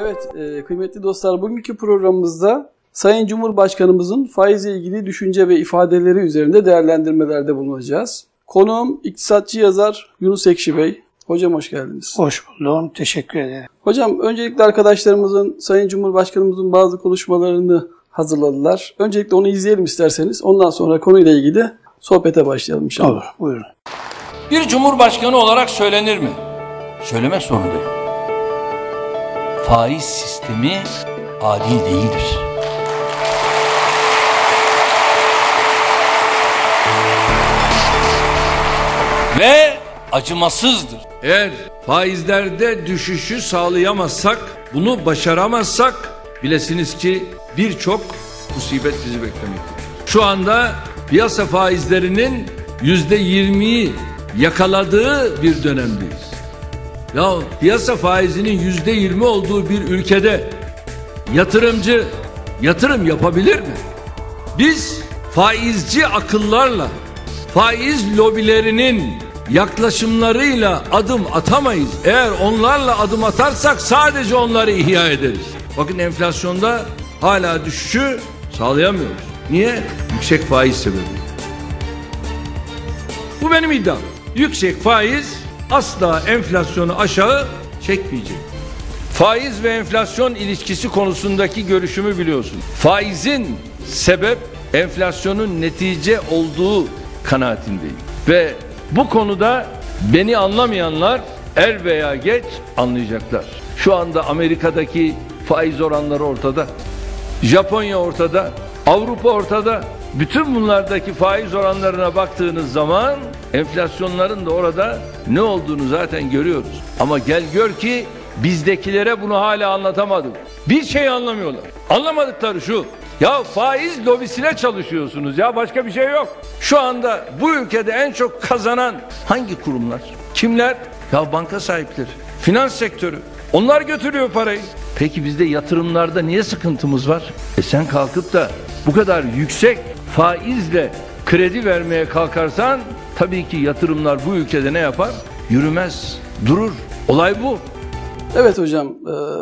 Evet, kıymetli dostlar, bugünkü programımızda Sayın Cumhurbaşkanımızın faizle ilgili düşünce ve ifadeleri üzerinde değerlendirmelerde bulunacağız. Konuğum iktisatçı yazar Yunus Ekşi Bey. Hocam hoş geldiniz. Hoş buldum, teşekkür ederim. Hocam öncelikle arkadaşlarımızın Sayın Cumhurbaşkanımızın bazı konuşmalarını hazırladılar. Öncelikle onu izleyelim isterseniz. Ondan sonra konuyla ilgili sohbete başlayalım inşallah. Olur, buyurun. Bir cumhurbaşkanı olarak söylenir mi? Söylemek zorundayım. Faiz sistemi adil değildir. Ve acımasızdır. Eğer faizlerde düşüşü sağlayamazsak, bunu başaramazsak bilesiniz ki birçok musibet bizi beklemektedir. Şu anda piyasa faizlerinin %20'yi yakaladığı bir dönemdeyiz. Ya piyasa faizinin %20 olduğu bir ülkede yatırımcı yatırım yapabilir mi? Biz faizci akıllarla, faiz lobilerinin yaklaşımlarıyla adım atamayız. Eğer onlarla adım atarsak sadece onları ihya ederiz. Bakın enflasyonda hala düşüşü sağlayamıyoruz. Niye? Yüksek faiz sebebi. Bu benim iddiam. Yüksek faiz asla enflasyonu aşağı çekmeyecek. Faiz ve enflasyon ilişkisi konusundaki görüşümü biliyorsun. Faizin sebep enflasyonun netice olduğu kanaatindeyim. Ve bu konuda beni anlamayanlar er veya geç anlayacaklar. Şu anda Amerika'daki faiz oranları ortada. Japonya ortada. Avrupa ortada. Bütün bunlardaki faiz oranlarına baktığınız zaman enflasyonların da orada ne olduğunu zaten görüyoruz. Ama gel gör ki bizdekilere bunu hala anlatamadık. Bir şey anlamıyorlar. Anlamadıkları şu. Ya faiz lobisine çalışıyorsunuz ya, başka bir şey yok. Şu anda bu ülkede en çok kazanan hangi kurumlar? Kimler? Ya banka sahipleri, finans sektörü. Onlar götürüyor parayı. Peki bizde yatırımlarda niye sıkıntımız var? Sen kalkıp da bu kadar yüksek faizle kredi vermeye kalkarsan tabii ki yatırımlar bu ülkede ne yapar? Yürümez, durur. Olay bu. Evet hocam,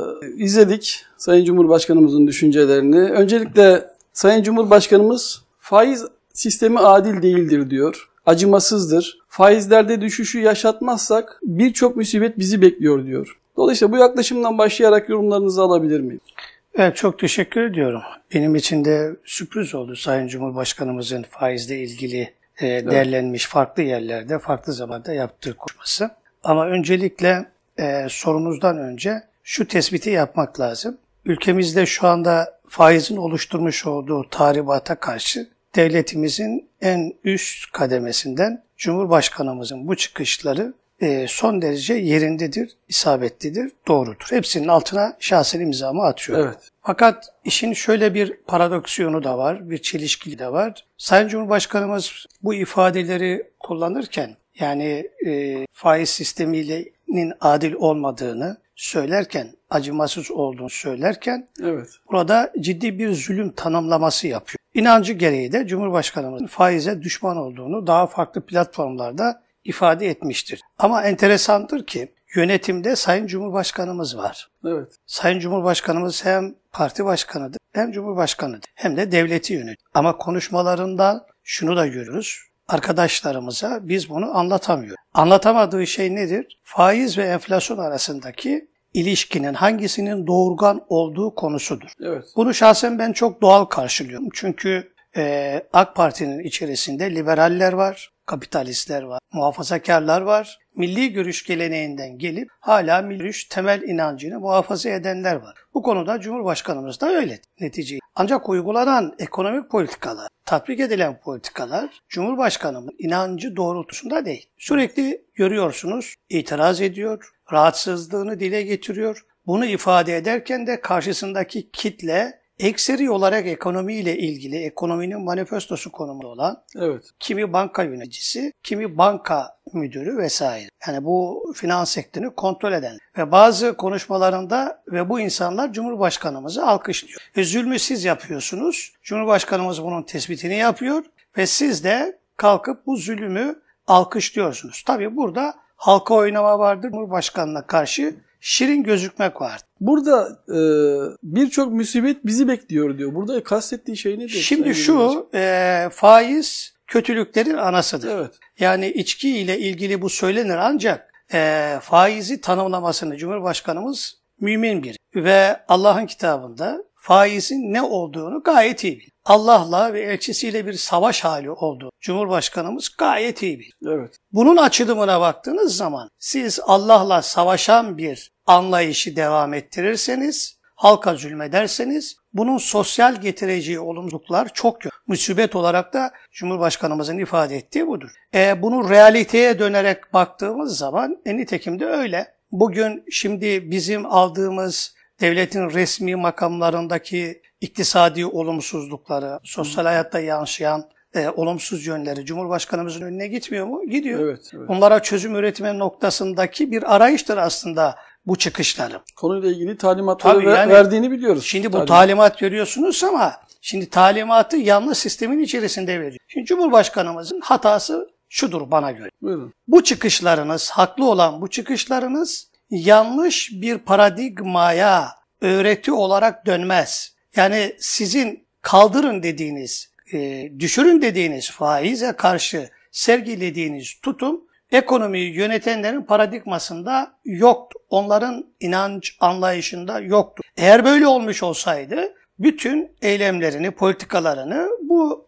izledik Sayın Cumhurbaşkanımızın düşüncelerini. Öncelikle Sayın Cumhurbaşkanımız faiz sistemi adil değildir diyor. Acımasızdır. Faizlerde düşüşü yaşatmazsak birçok musibet bizi bekliyor diyor. Dolayısıyla bu yaklaşımdan başlayarak yorumlarınızı alabilir miyim? Evet, çok teşekkür ediyorum. Benim için de sürpriz oldu Sayın Cumhurbaşkanımızın faizle ilgili derlenmiş farklı yerlerde, farklı zamanda yaptığı konuşması. Ama öncelikle sorumuzdan önce şu tespiti yapmak lazım. Ülkemizde şu anda faizin oluşturmuş olduğu tahribata karşı devletimizin en üst kademesinden Cumhurbaşkanımızın bu çıkışları son derece yerindedir, isabetlidir, doğrudur. Hepsinin altına şahsen imzamı atıyorum. Evet. Fakat işin şöyle bir paradoksiyonu da var, bir çelişkili de var. Sayın Cumhurbaşkanımız bu ifadeleri kullanırken, yani faiz sisteminin adil olmadığını söylerken, acımasız olduğunu söylerken, Evet. burada ciddi bir zulüm tanımlaması yapıyor. İnancı gereği de Cumhurbaşkanımızın faize düşman olduğunu daha farklı platformlarda ifade etmiştir. Ama enteresandır ki yönetimde Sayın Cumhurbaşkanımız var. Evet. Sayın Cumhurbaşkanımız hem parti başkanıdır, hem Cumhurbaşkanıdır, hem de devleti yönetiyor. Ama konuşmalarından şunu da görürüz. Arkadaşlarımıza biz bunu anlatamıyoruz. Anlatamadığı şey nedir? Faiz ve enflasyon arasındaki ilişkinin hangisinin doğurgan olduğu konusudur. Evet. Bunu şahsen ben çok doğal karşılıyorum. Çünkü AK Parti'nin içerisinde liberaller var, kapitalistler var, muhafazakarlar var. Milli görüş geleneğinden gelip hala milli görüş temel inancını muhafaza edenler var. Bu konuda Cumhurbaşkanımız da öyle neticeyi. Ancak uygulanan ekonomik politikalar, tatbik edilen politikalar Cumhurbaşkanımın inancı doğrultusunda değil. Sürekli görüyorsunuz, itiraz ediyor, rahatsızlığını dile getiriyor. Bunu ifade ederken de karşısındaki kitle ekseri olarak ekonomiyle ilgili, ekonominin manifestosu konumunda olan, Evet. kimi banka yöneticisi, kimi banka müdürü vesaire. Yani bu finans sektörünü kontrol eden ve bazı konuşmalarında ve bu insanlar Cumhurbaşkanımızı alkışlıyor. Zulmü siz yapıyorsunuz, Cumhurbaşkanımız bunun tespitini yapıyor ve siz de kalkıp bu zulmü alkışlıyorsunuz. Tabii burada halka oynama vardır. Cumhurbaşkanına karşı şirin gözükmek var. Burada birçok musibet bizi bekliyor diyor. Burada kastettiği şey nedir? Şimdi şu faiz kötülüklerin anasıdır. Evet. Yani içki ile ilgili bu söylenir ancak faizi tanımlamasını Cumhurbaşkanımız mümin biri ve Allah'ın kitabında faizin ne olduğunu gayet iyi bilir. Allah'la ve elçisiyle bir savaş hali olduğu Cumhurbaşkanımız gayet iyi bilir. Evet. Bunun açılımına baktığınız zaman siz Allah'la savaşan bir anlayışı devam ettirirseniz, halka zulmederseniz bunun sosyal getireceği olumsuzluklar çok yok. Musibet olarak da Cumhurbaşkanımızın ifade ettiği budur. Bunu realiteye dönerek baktığımız zaman nitekim de öyle. Bugün şimdi bizim aldığımız devletin resmi makamlarındaki iktisadi olumsuzlukları, sosyal hayatta yansıyan olumsuz yönleri Cumhurbaşkanımızın önüne gitmiyor mu? Gidiyor. Evet. Bunlara çözüm üretme noktasındaki bir arayıştır aslında bu çıkışları. Konuyla ilgili talimatları yani, verdiğini biliyoruz. Şimdi bu talimat veriyorsunuz ama şimdi talimatı yanlış sistemin içerisinde veriyor. Şimdi Cumhurbaşkanımızın hatası şudur bana göre. Buyurun. Bu çıkışlarınız, haklı olan bu çıkışlarınız yanlış bir paradigmaya öğreti olarak dönmez. Yani sizin kaldırın dediğiniz, düşürün dediğiniz faize karşı sergilediğiniz tutum ekonomiyi yönetenlerin paradigmasında yoktu. Onların inanç anlayışında yoktu. Eğer böyle olmuş olsaydı bütün eylemlerini, politikalarını bu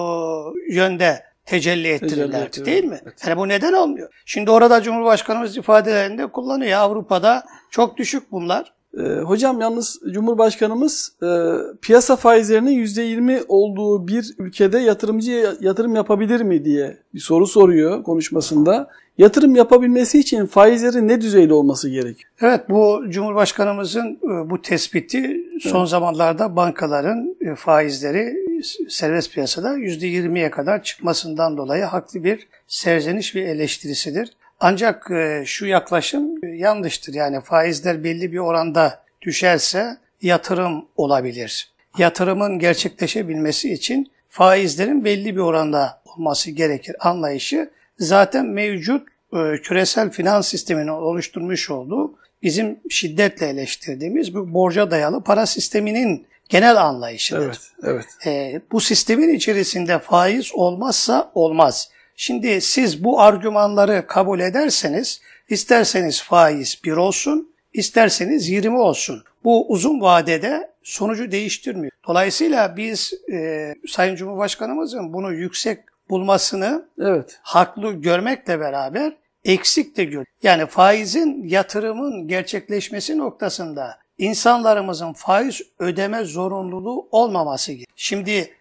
yönde tecelli ettirirlerdi değil mi? Evet. Yani bu neden olmuyor? Şimdi orada Cumhurbaşkanımız ifadelerinde kullanıyor. Avrupa'da çok düşük bunlar. Hocam yalnız Cumhurbaşkanımız piyasa faizlerinin %20 olduğu bir ülkede yatırımcıya yatırım yapabilir mi diye bir soru soruyor konuşmasında. Yatırım yapabilmesi için faizlerin ne düzeyde olması gerekiyor? Evet, bu Cumhurbaşkanımızın bu tespiti son zamanlarda bankaların faizleri serbest piyasada %20'ye kadar çıkmasından dolayı haklı bir serzeniş ve eleştirisidir. Ancak şu yaklaşım yanlıştır. Yani faizler belli bir oranda düşerse yatırım olabilir. Yatırımın gerçekleşebilmesi için faizlerin belli bir oranda olması gerekir anlayışı zaten mevcut küresel finans sisteminin oluşturmuş olduğu bizim şiddetle eleştirdiğimiz bu borca dayalı para sisteminin genel anlayışıdır. Evet. Bu sistemin içerisinde faiz olmazsa olmaz. Şimdi siz bu argümanları kabul ederseniz isterseniz faiz 1 olsun, isterseniz 20 olsun. Bu uzun vadede sonucu değiştirmiyor. Dolayısıyla biz Sayın Cumhurbaşkanımızın bunu yüksek bulmasını haklı görmekle beraber eksik de görüyoruz. Yani faizin yatırımın gerçekleşmesi noktasında insanlarımızın faiz ödeme zorunluluğu olmaması gibi. Şimdi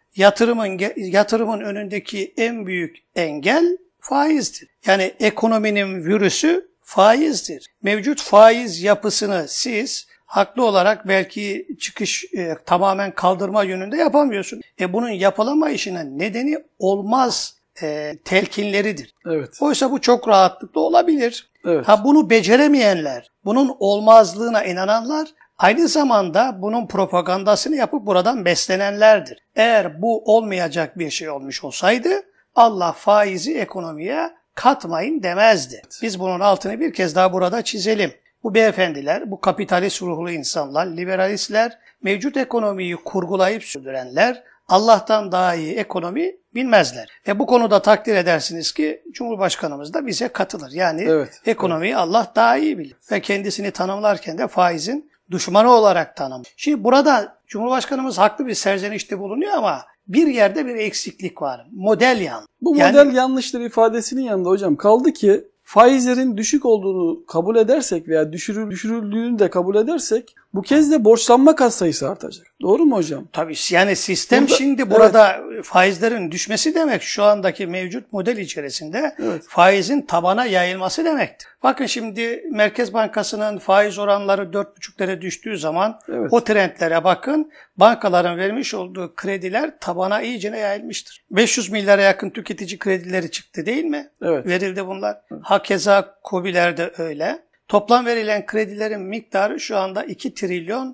yatırımın önündeki en büyük engel faizdir. Yani ekonominin virüsü faizdir. Mevcut faiz yapısını siz haklı olarak belki çıkış tamamen kaldırma yönünde yapamıyorsun. Bunun yapılamayışının nedeni olmaz telkinleridir. Evet. Oysa bu çok rahatlıkla olabilir. Evet. Bunu beceremeyenler, bunun olmazlığına inananlar aynı zamanda bunun propagandasını yapıp buradan beslenenlerdir. Eğer bu olmayacak bir şey olmuş olsaydı Allah faizi ekonomiye katmayın demezdi. Biz bunun altını bir kez daha burada çizelim. Bu beyefendiler, bu kapitalist ruhlu insanlar, liberalistler, mevcut ekonomiyi kurgulayıp sürdürenler Allah'tan daha iyi ekonomi bilmezler. Bu konuda takdir edersiniz ki Cumhurbaşkanımız da bize katılır. Yani ekonomiyi Allah daha iyi bilir. Ve kendisini tanımlarken de faizin düşmanı olarak tanımlıyor. Şimdi burada Cumhurbaşkanımız haklı bir serzenişte bulunuyor ama bir yerde bir eksiklik var. Model yanlış. Bu model yanlıştır ifadesinin yanında hocam kaldı ki faizlerin düşük olduğunu kabul edersek veya düşürüldüğünü de kabul edersek bu kez de borçlanma katsayısı artacak. Doğru mu hocam? Tabii yani sistem burada faizlerin düşmesi demek şu andaki mevcut model içerisinde faizin tabana yayılması demektir. Bakın şimdi Merkez Bankası'nın faiz oranları 4,5'lere düştüğü zaman o trendlere bakın. Bankaların vermiş olduğu krediler tabana iyicene yayılmıştır. 500 milyara yakın tüketici kredileri çıktı değil mi? Verildi bunlar. Hakeza KOBİ'ler de öyle. Toplam verilen kredilerin miktarı şu anda 2 trilyon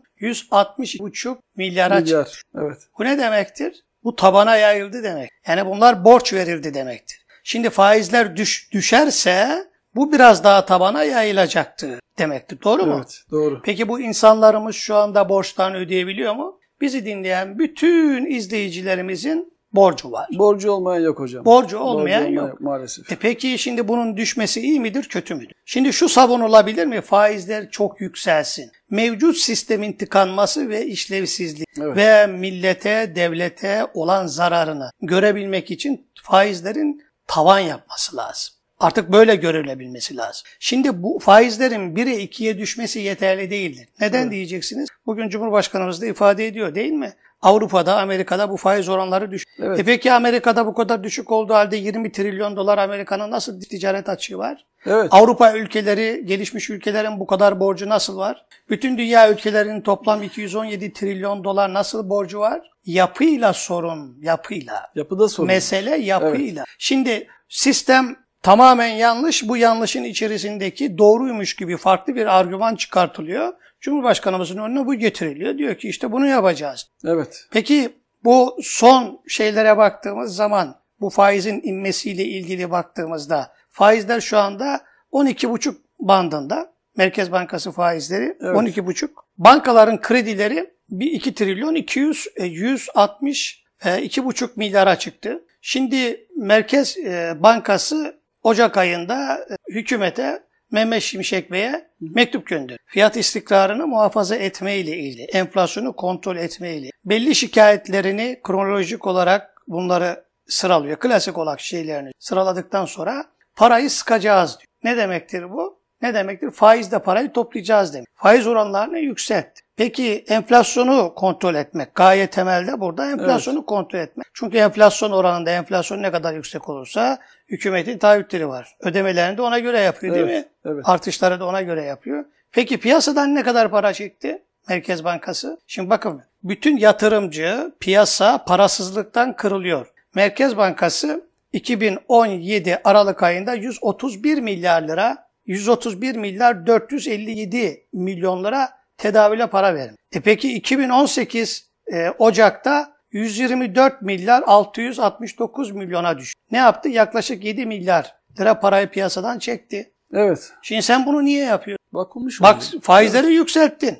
160,5 milyara çıktı. Bu ne demektir? Bu tabana yayıldı demek. Yani bunlar borç verildi demektir. Şimdi faizler düşerse bu biraz daha tabana yayılacaktı demektir. Doğru mu? Evet, doğru. Peki bu insanlarımız şu anda borçlarını ödeyebiliyor mu? Bizi dinleyen bütün izleyicilerimizin borcu var. Borcu olmayan yok hocam. Borcu olmayan yok. Maalesef. Peki şimdi bunun düşmesi iyi midir, kötü müdür? Şimdi şu savunulabilir mi? Faizler çok yükselsin. Mevcut sistemin tıkanması ve işlevsizliği ve millete, devlete olan zararını görebilmek için faizlerin tavan yapması lazım. Artık böyle görülebilmesi lazım. Şimdi bu faizlerin 1'e 2'ye düşmesi yeterli değildir. Neden diyeceksiniz? Bugün Cumhurbaşkanımız da ifade ediyor değil mi? Avrupa'da, Amerika'da bu faiz oranları düşük. Evet. Peki Amerika'da bu kadar düşük olduğu halde 20 trilyon dolar Amerika'nın nasıl ticaret açığı var? Evet. Avrupa ülkeleri, gelişmiş ülkelerin bu kadar borcu nasıl var? Bütün dünya ülkelerinin toplam 217 trilyon dolar nasıl borcu var? Yapıyla sorun, yapıyla. Yapıda sorun. Mesele yapıyla. Evet. Şimdi sistem tamamen yanlış. Bu yanlışın içerisindeki doğruymuş gibi farklı bir argüman çıkartılıyor. Cumhurbaşkanımızın önüne bu getiriliyor. Diyor ki işte bunu yapacağız. Evet. Peki bu son şeylere baktığımız zaman, bu faizin inmesiyle ilgili baktığımızda faizler şu anda 12,5 bandında. Merkez Bankası faizleri 12,5. Bankaların kredileri 2 trilyon 162,5 milyara çıktı. Şimdi Merkez Bankası Ocak ayında hükümete Mehmet Şimşek Bey'e mektup gönderiyor. Fiyat istikrarını muhafaza etme ile ilgili, enflasyonu kontrol etme ile belli şikayetlerini kronolojik olarak bunları sıralıyor. Klasik olarak şeylerini sıraladıktan sonra parayı sıkacağız diyor. Ne demektir bu? Ne demektir? Faizle parayı toplayacağız demek. Faiz oranlarını yükseltti. Peki enflasyonu kontrol etmek. Gayet temelde burada enflasyonu kontrol etmek. Çünkü enflasyon oranında enflasyon ne kadar yüksek olursa hükümetin taahhütleri var. Ödemelerini de ona göre yapıyor değil mi? Evet. Artışları da ona göre yapıyor. Peki piyasadan ne kadar para çekti Merkez Bankası? Şimdi bakın, bütün yatırımcı, piyasa parasızlıktan kırılıyor. Merkez Bankası 2017 Aralık ayında 131 milyar 457 milyon lira tedavüle para vermiş. Peki 2018 Ocak'ta 124 milyar 669 milyona düştü. Ne yaptı? Yaklaşık 7 milyar lira parayı piyasadan çekti. Evet. Şimdi sen bunu niye yapıyorsun? Bak faizleri yükselttin.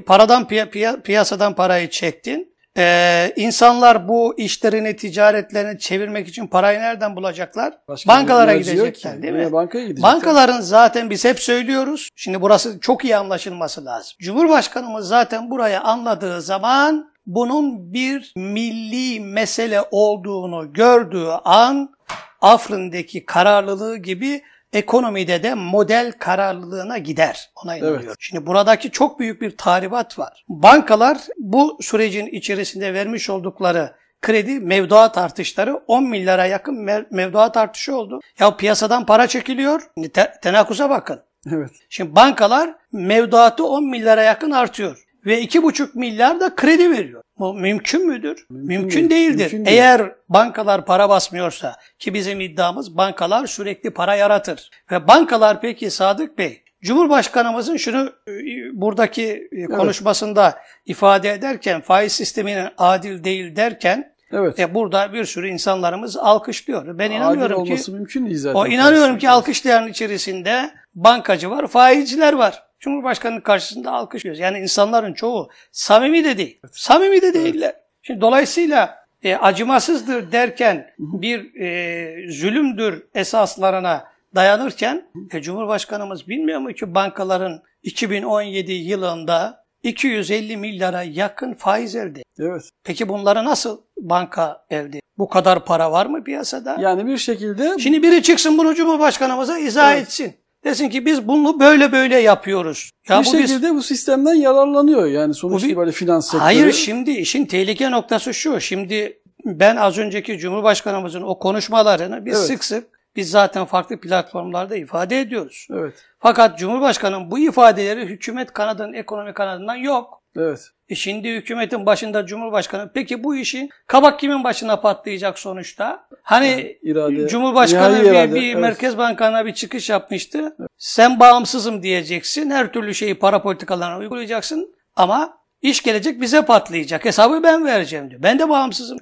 Piyasadan parayı çektin. İnsanlar bu işlerini, ticaretlerini çevirmek için parayı nereden bulacaklar? Bankalara gidecekler değil mi? Bankaya gidecekler. Bankaların zaten biz hep söylüyoruz. Şimdi burası çok iyi anlaşılması lazım. Cumhurbaşkanımız zaten burayı anladığı zaman bunun bir milli mesele olduğunu gördüğü an Afrin'deki kararlılığı gibi ekonomide de model kararlılığına gider. Ona inanıyorum. Evet. Şimdi buradaki çok büyük bir tahribat var. Bankalar bu sürecin içerisinde vermiş oldukları kredi mevduat artışları 10 milyara yakın mevduat artışı oldu. Ya piyasadan para çekiliyor. Tenakusa bakın. Evet. Şimdi bankalar mevduatı 10 milyara yakın artıyor. Ve 2,5 milyar da kredi veriyor. Bu mümkün müdür? Mümkün değildir. Eğer bankalar para basmıyorsa, ki bizim iddiamız bankalar sürekli para yaratır. Ve bankalar peki Sadık Bey, Cumhurbaşkanımızın şunu buradaki konuşmasında ifade ederken, faiz sisteminin adil değil derken, burada bir sürü insanlarımız alkışlıyor. Ben inanıyorum adil olması mümkün değil zaten. İnanıyorum ki alkışlayan içerisinde bankacı var, faizciler var. Cumhurbaşkanının karşısında alkışlıyoruz. Yani insanların çoğu samimi de değil. Samimi de değiller. Şimdi dolayısıyla acımasızdır derken bir zulümdür esaslarına dayanırken Cumhurbaşkanımız bilmiyor mu ki bankaların 2017 yılında 250 milyara yakın faiz elde etti. Evet. Peki bunları nasıl banka elde etti? Bu kadar para var mı piyasada? Yani bir şekilde... Şimdi biri çıksın bunu Cumhurbaşkanımıza izah etsin. Desin ki biz bunu böyle yapıyoruz. Ya bir şekilde bu sistemden yararlanıyor yani sonuçta böyle finans sektörü. Hayır, şimdi işin tehlike noktası şu. Şimdi ben az önceki Cumhurbaşkanımızın o konuşmalarını biz sık biz zaten farklı platformlarda ifade ediyoruz. Evet. Fakat Cumhurbaşkanı'nın bu ifadeleri hükümet kanadının, ekonomi kanadından yok. Evet. Şimdi hükümetin başında Cumhurbaşkanı. Peki bu işin kabak kimin başına patlayacak sonuçta? Hani irade, Cumhurbaşkanı bir Merkez Bankası'na bir çıkış yapmıştı. Evet. Sen bağımsızım diyeceksin. Her türlü şeyi para politikalarına uygulayacaksın. Ama iş gelecek bize patlayacak. Hesabı ben vereceğim diyor. Ben de bağımsızım. Doğru.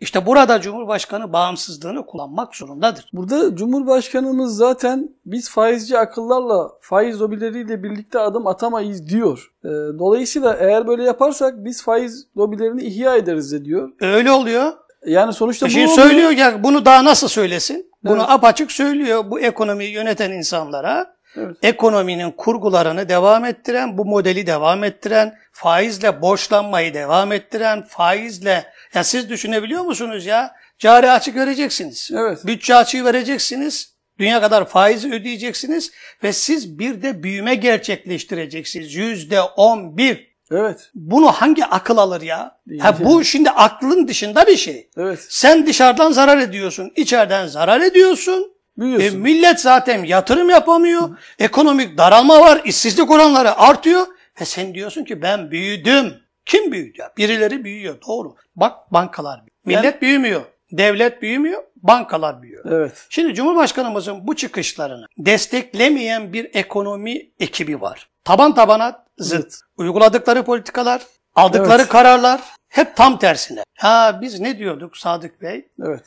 İşte burada Cumhurbaşkanı bağımsızlığını kullanmak zorundadır. Burada Cumhurbaşkanımız zaten biz faizci akıllarla, faiz lobileriyle birlikte adım atamayız diyor. Dolayısıyla eğer böyle yaparsak biz faiz lobilerini ihya ederiz de diyor. Öyle oluyor. Yani sonuçta bu söylüyor ya, bunu daha nasıl söylesin? Bunu Evet. apaçık söylüyor bu ekonomiyi yöneten insanlara. Evet. Ekonominin kurgularını devam ettiren, bu modeli devam ettiren, faizle borçlanmayı devam ettiren, faizle, ya siz düşünebiliyor musunuz ya? Cari açık vereceksiniz. Evet. Bütçe açığı vereceksiniz. Dünya kadar faizi ödeyeceksiniz ve siz bir de büyüme gerçekleştireceksiniz. %11. Evet. Bunu hangi akıl alır ya? Değil Bu şimdi aklın dışında bir şey. Evet. Sen dışarıdan zarar ediyorsun, içeriden zarar ediyorsun. Büyüyorsun. Millet zaten yatırım yapamıyor. Ekonomik daralma var, işsizlik oranları artıyor. Ve sen diyorsun ki ben büyüdüm. Kim büyüdü ya? Birileri büyüyor, doğru. Bak bankalar büyüyor. Millet büyümüyor, devlet büyümüyor, bankalar büyüyor. Evet. Şimdi Cumhurbaşkanımızın bu çıkışlarını desteklemeyen bir ekonomi ekibi var. Taban tabana zıt. Uyguladıkları politikalar, aldıkları kararlar hep tam tersine. Biz ne diyorduk Sadık Bey? Evet.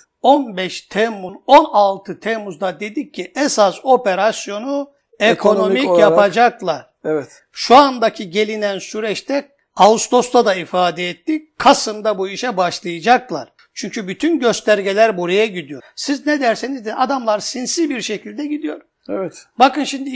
16 Temmuz'da dedik ki esas operasyonu ekonomik olarak yapacaklar. Evet. Şu andaki gelinen süreçte Ağustos'ta da ifade ettik. Kasım'da bu işe başlayacaklar. Çünkü bütün göstergeler buraya gidiyor. Siz ne derseniz de adamlar sinsi bir şekilde gidiyor. Evet. Bakın şimdi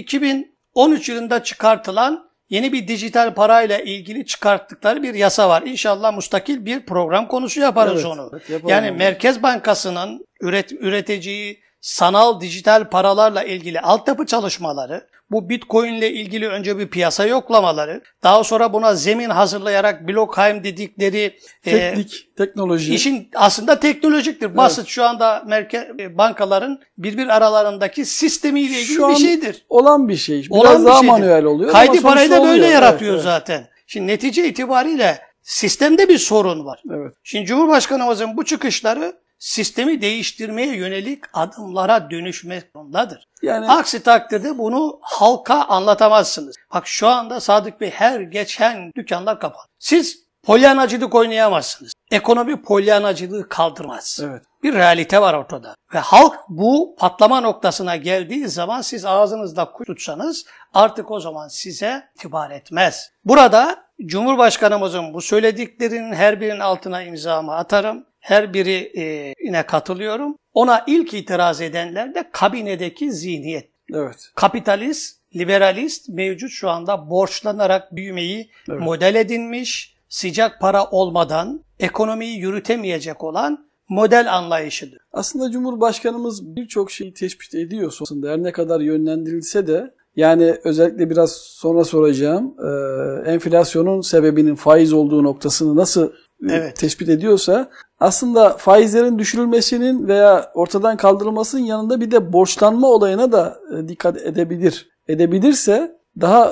2013 yılında çıkartılan yeni bir dijital parayla ilgili çıkarttıkları bir yasa var. İnşallah müstakil bir program konusu yaparız onu. Evet, yani Merkez Bankası'nın üreteceği sanal dijital paralarla ilgili altyapı çalışmaları, bu Bitcoin ile ilgili önce bir piyasa yoklamaları, daha sonra buna zemin hazırlayarak Blockchain dedikleri teknoloji. işin aslında teknolojiktir. Basit şu anda bankaların birbir aralarındaki sistemiyle ilgili bir şeydir. Olan bir şey. Biraz Olan daha bir şeydir. manuel oluyor. Kaydı parayı da böyle yaratıyor evet. zaten. Şimdi netice itibariyle sistemde bir sorun var. Evet. Şimdi Cumhurbaşkanımızın bu çıkışları sistemi değiştirmeye yönelik adımlara dönüşmek zorundadır. Yani aksi takdirde bunu halka anlatamazsınız. Bak şu anda Sadık Bey her geçen dükkanlar kapalı. Siz polyanacılık oynayamazsınız. Ekonomi polyanacılığı kaldırmaz. Evet. Bir realite var ortada. Ve halk bu patlama noktasına geldiği zaman siz ağzınızda kuş tutsanız artık o zaman size itibar etmez. Burada Cumhurbaşkanımızın bu söylediklerinin her birinin altına imzamı atarım. Her biri yine katılıyorum. Ona ilk itiraz edenler de kabinedeki zihniyet. Evet. Kapitalist, liberalist mevcut şu anda borçlanarak büyümeyi model edinmiş, sıcak para olmadan ekonomiyi yürütemeyecek olan model anlayışıdır. Aslında Cumhurbaşkanımız birçok şeyi tespit ediyor aslında. Her ne kadar yönlendirilse de yani özellikle biraz sonra soracağım enflasyonun sebebinin faiz olduğu noktasını nasıl tespit ediyorsa aslında faizlerin düşürülmesinin veya ortadan kaldırılmasının yanında bir de borçlanma olayına da dikkat edebilir. Edebilirse daha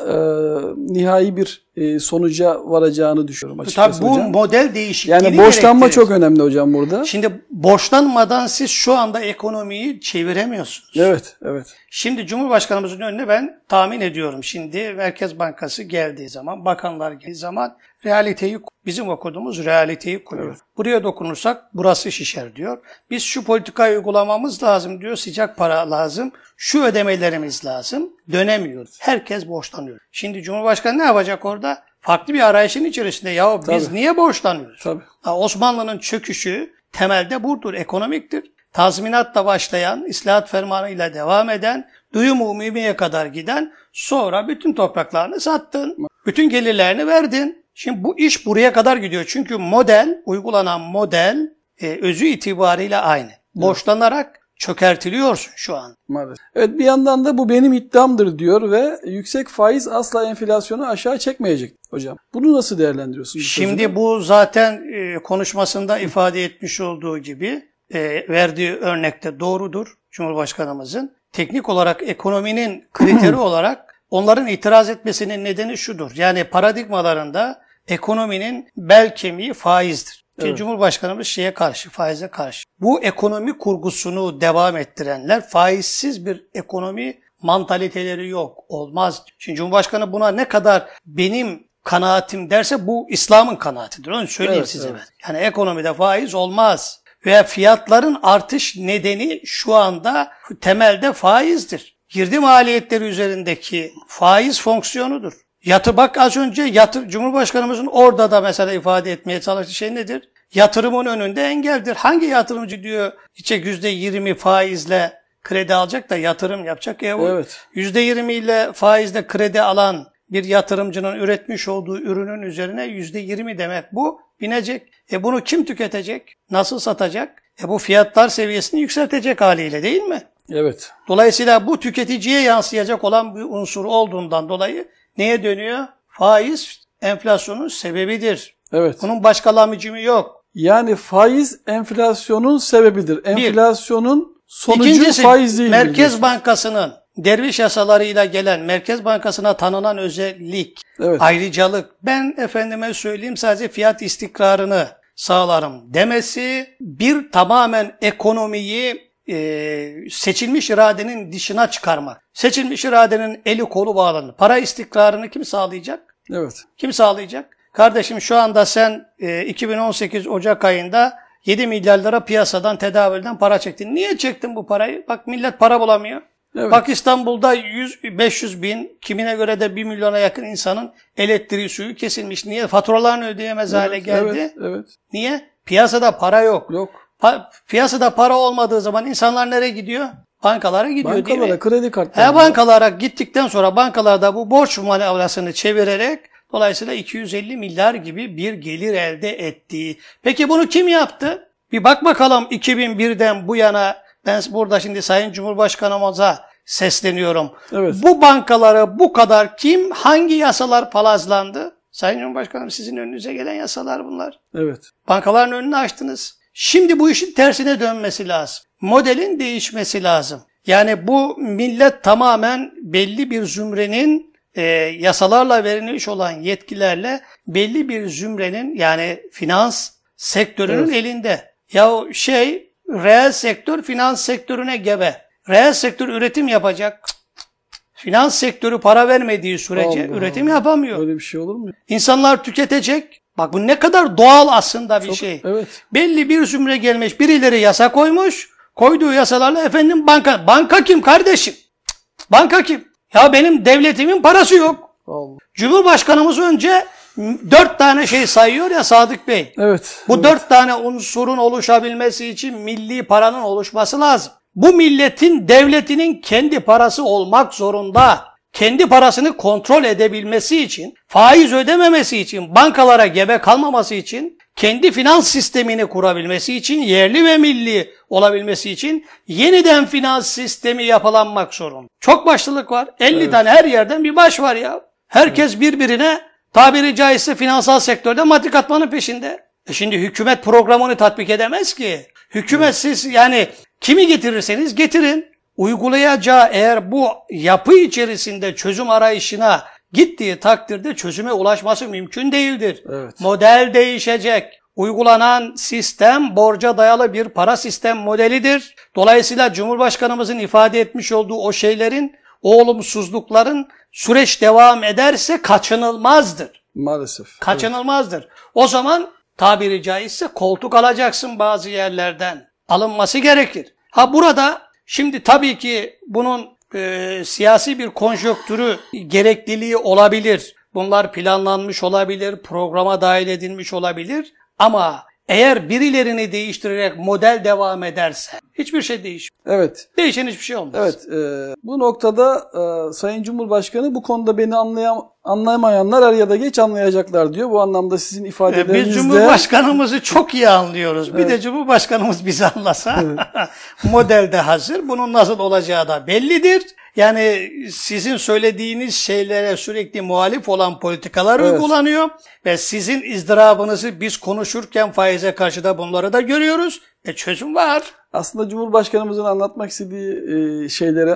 nihai bir sonuca varacağını düşünüyorum açıkçası Tabii bu hocam. Model değişikliği yani borçlanma çok önemli hocam burada. Şimdi borçlanmadan siz şu anda ekonomiyi çeviremiyorsunuz. Evet, evet. Şimdi Cumhurbaşkanımızın önüne ben tahmin ediyorum. Şimdi Merkez Bankası geldiği zaman, bakanlar geldiği zaman bizim okuduğumuz realiteyi koyuyor. Evet. Buraya dokunursak burası şişer diyor. Biz şu politikayı uygulamamız lazım diyor. Sıcak para lazım. Şu ödemelerimiz lazım. Dönemiyoruz. Herkes borçlanıyor. Şimdi Cumhurbaşkanı ne yapacak orada? Farklı bir arayışın içerisinde. Ya biz niye borçlanıyoruz? Tabii. Osmanlı'nın çöküşü temelde budur. Ekonomiktir. Tazminatla başlayan, İslahat Fermanı'yla devam eden, duyum umumiye kadar giden, sonra bütün topraklarını sattın. Bütün gelirlerini verdin. Şimdi bu iş buraya kadar gidiyor. Çünkü uygulanan model özü itibariyle aynı. Borçlanarak çökertiliyorsun şu an. Maalesef. Evet bir yandan da bu benim iddiamdır diyor ve yüksek faiz asla enflasyonu aşağı çekmeyecek hocam. Bunu nasıl değerlendiriyorsunuz? Şimdi bu zaten konuşmasında ifade etmiş olduğu gibi verdiği örnekte doğrudur Cumhurbaşkanımızın. Teknik olarak ekonominin kriteri olarak onların itiraz etmesinin nedeni şudur. Yani paradigmalarında ekonominin bel kemiği faizdir. Evet. Cumhurbaşkanımız faize karşı. Bu ekonomi kurgusunu devam ettirenler faizsiz bir ekonomi mantaliteleri yok, olmaz. Şimdi Cumhurbaşkanı buna ne kadar benim kanaatim derse bu İslam'ın kanaatidir. Onu söyleyeyim size ben. Yani ekonomide faiz olmaz. Ve fiyatların artış nedeni şu anda temelde faizdir. Girdi maliyetleri üzerindeki faiz fonksiyonudur. Bak az önce Cumhurbaşkanımızın orada da mesela ifade etmeye çalıştığı şey nedir? Yatırımın önünde engeldir. Hangi yatırımcı diyor %20 faizle kredi alacak da yatırım yapacak? Evet. %20 ile faizle kredi alan bir yatırımcının üretmiş olduğu ürünün üzerine %20 demek bu binecek. Bunu kim tüketecek? Nasıl satacak? Bu fiyatlar seviyesini yükseltecek haliyle değil mi? Evet. Dolayısıyla bu tüketiciye yansıyacak olan bir unsur olduğundan dolayı neye dönüyor? Faiz enflasyonun sebebidir. Evet. Bunun başka lamıcımı yok. Yani faiz enflasyonun sebebidir. Enflasyonun sonucu İkincisi, faiz değildir. Merkez Bankası'nın derviş yasalarıyla gelen Merkez Bankası'na tanınan özellik, Evet. ayrıcalık, ben efendime söyleyeyim sadece fiyat istikrarını sağlarım demesi bir tamamen ekonomiyi seçilmiş iradenin dışına çıkarmak. Seçilmiş iradenin eli kolu bağlanır. Para istikrarını kim sağlayacak? Evet. Kim sağlayacak? Kardeşim şu anda sen 2018 Ocak ayında 7 milyar lira piyasadan, tedavülden para çektin. Niye çektin bu parayı? Bak millet para bulamıyor. Evet. Bak İstanbul'da 500 bin, kimine göre de 1 milyona yakın insanın elektriği, suyu kesilmiş. Niye? Faturalarını ödeyemez hale geldi. Evet, evet. Niye? Piyasada para yok. Yok. Piyasada para olmadığı zaman insanlar nereye gidiyor? Bankalara gidiyor değil mi? Bankalara, kredi kartlarına. Bankalara gittikten sonra bankalarda bu borç manevlasını çevirerek dolayısıyla 250 milyar gibi bir gelir elde etti. Peki bunu kim yaptı? Bir bak bakalım 2001'den bu yana ben burada şimdi Sayın Cumhurbaşkanımıza sesleniyorum. Evet. Bu bankalara bu kadar hangi yasalar palazlandı? Sayın Cumhurbaşkanım sizin önünüze gelen yasalar bunlar. Evet. Bankaların önünü açtınız. Şimdi bu işin tersine dönmesi lazım. Modelin değişmesi lazım. Yani bu millet tamamen belli bir zümrenin yasalarla verilmiş olan yetkilerle belli bir zümrenin yani finans sektörünün elinde. Reel sektör finans sektörüne gebe. Reel sektör üretim yapacak. Finans sektörü para vermediği sürece üretim yapamıyor. Öyle bir şey olur mu? İnsanlar tüketecek. Bak bu ne kadar doğal aslında bir şey. Evet. Belli bir zümre gelmiş, birileri yasa koymuş. Koyduğu yasalarla efendim banka. Banka kim kardeşim? Banka kim? Ya benim devletimin parası yok. Allah. Cumhurbaşkanımız önce 4 tane şey sayıyor ya Sadık Bey. Evet. Bu 4 tane unsurun oluşabilmesi için milli paranın oluşması lazım. Bu milletin, devletinin kendi parası olmak zorunda. Kendi parasını kontrol edebilmesi için, faiz ödememesi için, bankalara gebe kalmaması için, kendi finans sistemini kurabilmesi için, yerli ve milli olabilmesi için yeniden finans sistemi yapılanmak zorunda. Çok başlılık var. 50 tane her yerden bir baş var ya. Herkes birbirine tabiri caizse finansal sektörde matik atmanın peşinde. Şimdi hükümet programını tatbik edemez ki. Hükümet siz yani kimi getirirseniz getirin. Uygulayacağı eğer bu yapı içerisinde çözüm arayışına gittiği takdirde çözüme ulaşması mümkün değildir. Evet. Model değişecek. Uygulanan sistem borca dayalı bir para sistem modelidir. Dolayısıyla Cumhurbaşkanımızın ifade etmiş olduğu o şeylerin, o olumsuzlukların süreç devam ederse kaçınılmazdır. Maalesef. Kaçınılmazdır. Evet. O zaman tabiri caizse koltuk alacaksın bazı yerlerden. Alınması gerekir. Burada şimdi tabii ki bunun siyasi bir konjonktürü gerekliliği olabilir. Bunlar planlanmış olabilir, programa dahil edilmiş olabilir. Ama eğer birilerini değiştirerek model devam ederse hiçbir şey değişmez. Evet. Değişen hiçbir şey olmaz. Evet. Bu noktada Sayın Cumhurbaşkanı bu konuda beni anlayamayanlar er ya da geç anlayacaklar diyor. Bu anlamda sizin ifadelerinizde... Biz Cumhurbaşkanımızı çok iyi anlıyoruz. Bir de Cumhurbaşkanımız bizi anlasa model de hazır. Bunun nasıl olacağı da bellidir. Yani sizin söylediğiniz şeylere sürekli muhalif olan politikalar uygulanıyor. Ve sizin ızdıravınızı biz konuşurken faize karşı da bunları da görüyoruz. Çözüm var. Aslında Cumhurbaşkanımızın anlatmak istediği şeyleri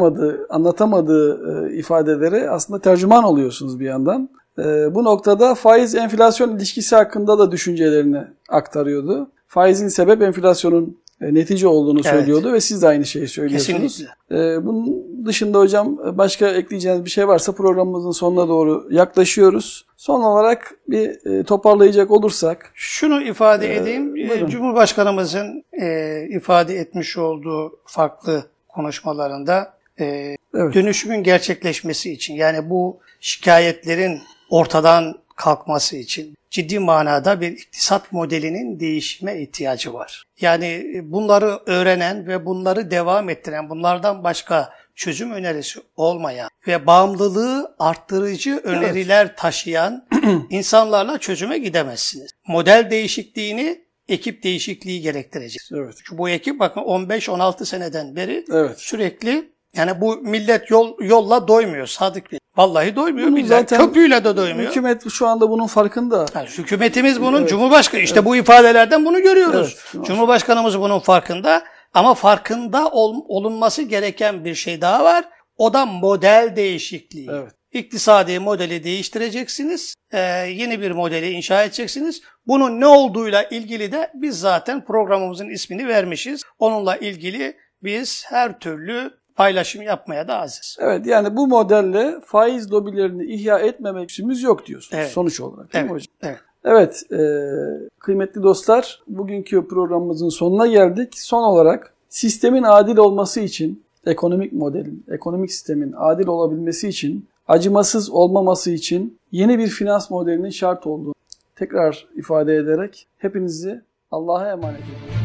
anlatamadığı ifadeleri aslında tercüman oluyorsunuz bir yandan. Bu noktada faiz-enflasyon ilişkisi hakkında da düşüncelerini aktarıyordu. Faizin sebep, enflasyonun netice olduğunu Evet. söylüyordu ve siz de aynı şeyi söylüyorsunuz. Kesinlikle. Bunun dışında hocam başka ekleyeceğiniz bir şey varsa programımızın sonuna doğru yaklaşıyoruz. Son olarak bir toparlayacak olursak. Şunu ifade edeyim. Buyurun. Cumhurbaşkanımızın ifade etmiş olduğu farklı konuşmalarında Evet. dönüşümün gerçekleşmesi için, yani bu şikayetlerin ortadan kalkması için ciddi manada bir iktisat modelinin değişime ihtiyacı var. Yani bunları öğrenen ve bunları devam ettiren, bunlardan başka çözüm önerisi olmayan ve bağımlılığı arttırıcı öneriler taşıyan insanlarla çözüme gidemezsiniz. Model değişikliğini ekip değişikliği gerektirecek. Evet. Çünkü bu ekip bakın 15-16 seneden beri Evet. sürekli, yani bu millet yolla doymuyor Sadık Bey. Vallahi doymuyor. Bunu Millet zaten köpüğüyle de doymuyor. Hükümet şu anda bunun farkında. Yani hükümetimiz bunun, Cumhurbaşkanı işte bu ifadelerden bunu görüyoruz. Evet. Cumhurbaşkanımız bunun farkında ama farkında olunması gereken bir şey daha var. O da model değişikliği. Evet. İktisadi modeli değiştireceksiniz. Yeni bir modeli inşa edeceksiniz. Bunun ne olduğuyla ilgili de biz zaten programımızın ismini vermişiz. Onunla ilgili biz her türlü paylaşım yapmaya da aziz. Evet, yani bu modelle faiz lobilerini ihya etmemek işimiz yok diyorsunuz Evet. sonuç olarak. Değil mi hocam? Evet. Evet, kıymetli dostlar, bugünkü programımızın sonuna geldik. Son olarak sistemin adil olması için, ekonomik modelin, ekonomik sistemin adil olabilmesi için, acımasız olmaması için yeni bir finans modelinin şart olduğunu tekrar ifade ederek hepinizi Allah'a emanet ediyorum.